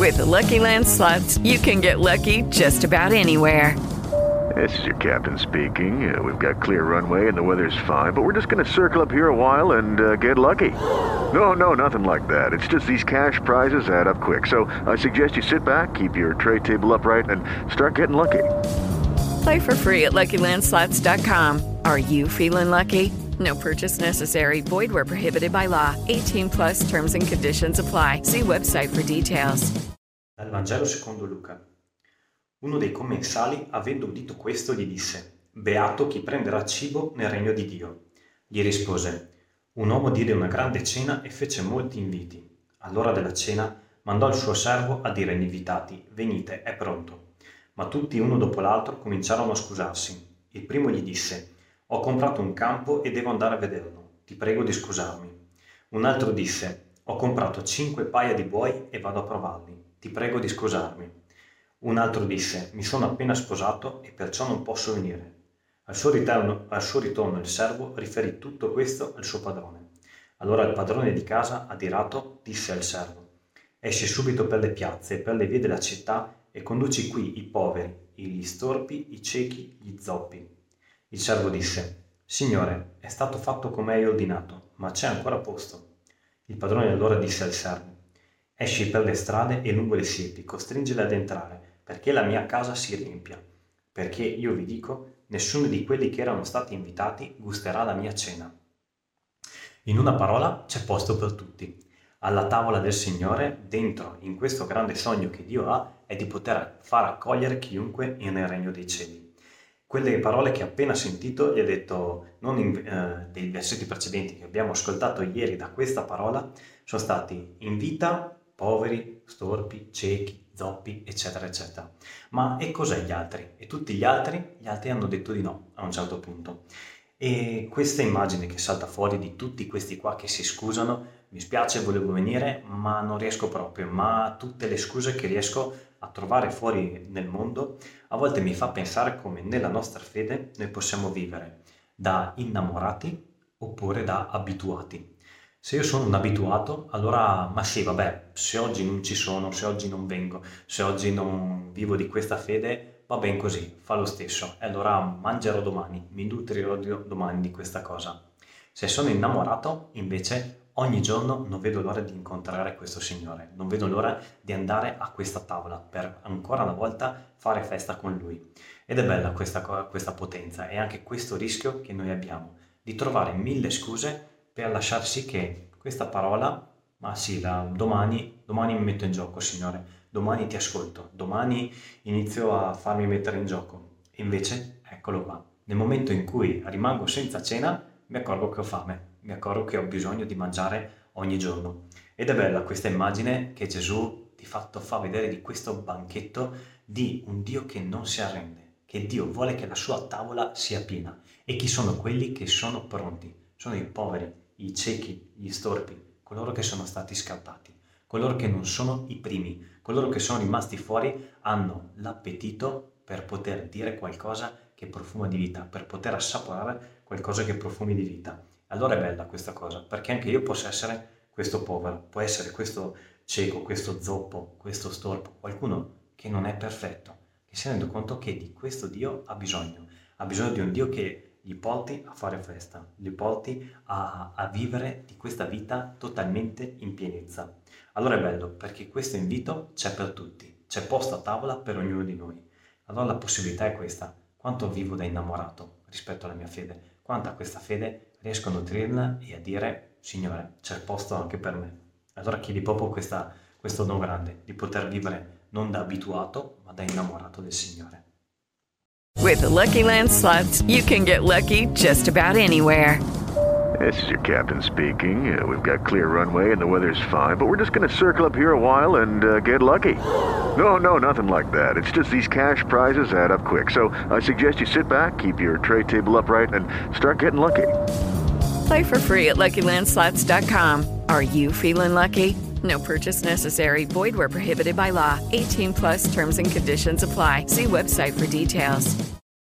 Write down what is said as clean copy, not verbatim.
With the Lucky Land Slots, you can get lucky just about anywhere. This is your captain speaking. We've got clear runway and the weather's fine, but we're just going to circle up here a while and get lucky. No, nothing like that. It's just these cash prizes add up quick. So I suggest you sit back, keep your tray table upright, and start getting lucky. Play for free at LuckyLandSlots.com. Are you feeling lucky? No purchase necessary. Void where prohibited by law. 18 plus terms and conditions apply. See website for details. Dal Vangelo secondo Luca. Uno dei commensali, avendo udito questo, gli disse: Beato chi prenderà cibo nel regno di Dio. Gli rispose: Un uomo diede una grande cena e fece molti inviti. All'ora della cena mandò il suo servo a dire agli invitati: Venite, è pronto. Ma tutti uno dopo l'altro cominciarono a scusarsi. Il primo gli disse: Ho comprato un campo e devo andare a vederlo. Ti prego di scusarmi. Un altro disse: Ho comprato 5 paia di buoi e vado a provarli. Ti prego di scusarmi. Un altro disse: Mi sono appena sposato e perciò non posso venire. Al suo ritorno il servo riferì tutto questo al suo padrone. Allora il padrone di casa, adirato, disse al servo: Esci subito per le piazze e per le vie della città e conduci qui i poveri, gli storpi, i ciechi, gli zoppi. Il servo disse: Signore, è stato fatto come hai ordinato, ma c'è ancora posto. Il padrone allora disse al servo: Esci per le strade e lungo le siepi, costringili ad entrare, perché la mia casa si riempia. Perché io vi dico, nessuno di quelli che erano stati invitati gusterà la mia cena. In una parola, c'è posto per tutti. Alla tavola del Signore, dentro in questo grande sogno che Dio ha, è di poter far accogliere chiunque nel regno dei cieli. Quelle parole che ho appena sentito, gli ha detto, non dei versetti precedenti che abbiamo ascoltato ieri da questa parola, sono stati invita poveri, storpi, ciechi, zoppi, eccetera, eccetera. Ma e cos'è gli altri? E tutti gli altri? Gli altri hanno detto di no a un certo punto. E questa immagine che salta fuori di tutti questi qua che si scusano, mi spiace, volevo venire, ma non riesco proprio, ma tutte le scuse che riesco a trovare fuori nel mondo, a volte mi fa pensare come nella nostra fede noi possiamo vivere da innamorati oppure da abituati. Se io sono un abituato, allora, ma sì, vabbè, se oggi non ci sono, se oggi non vengo, se oggi non vivo di questa fede, va ben così, fa lo stesso. E allora mangerò domani, mi nutrirò domani di questa cosa. Se sono innamorato, invece, ogni giorno non vedo l'ora di incontrare questo Signore, non vedo l'ora di andare a questa tavola per ancora una volta fare festa con Lui. Ed è bella questa potenza e anche questo rischio che noi abbiamo, di trovare 1000 scuse per lasciar sì che questa parola, ma sì, domani mi metto in gioco, Signore, domani ti ascolto, domani inizio a farmi mettere in gioco. E invece, eccolo qua, nel momento in cui rimango senza cena, mi accorgo che ho fame, mi accorgo che ho bisogno di mangiare ogni giorno. Ed è bella questa immagine che Gesù di fatto fa vedere di questo banchetto di un Dio che non si arrende, che Dio vuole che la sua tavola sia piena. E chi sono quelli che sono pronti? Sono i poveri, i ciechi, gli storpi, coloro che sono stati scartati, coloro che non sono i primi, coloro che sono rimasti fuori hanno l'appetito per poter dire qualcosa che profuma di vita, per poter assaporare qualcosa che profumi di vita. Allora è bella questa cosa, perché anche io posso essere questo povero, può essere questo cieco, questo zoppo, questo storpo, qualcuno che non è perfetto, che si rende conto che di questo Dio ha bisogno di un Dio che gli porti a fare festa, gli porti a vivere di questa vita totalmente in pienezza. Allora è bello, perché questo invito c'è per tutti, c'è posto a tavola per ognuno di noi. Allora la possibilità è questa: quanto vivo da innamorato rispetto alla mia fede, quanta questa fede riesco a nutrirla e a dire: Signore, c'è posto anche per me. Allora chiedi proprio questo dono grande, di poter vivere non da abituato, ma da innamorato del Signore. With the Lucky Land Slots, you can get lucky just about anywhere. This is your captain speaking. We've got clear runway and the weather's fine, but we're just going to circle up here a while and get lucky. No, nothing like that. It's just these cash prizes add up quick. So I suggest you sit back, keep your tray table upright, and start getting lucky. Play for free at LuckyLandSlots.com. Are you feeling lucky? No purchase necessary. Void where prohibited by law. 18 plus terms and conditions apply. See website for details.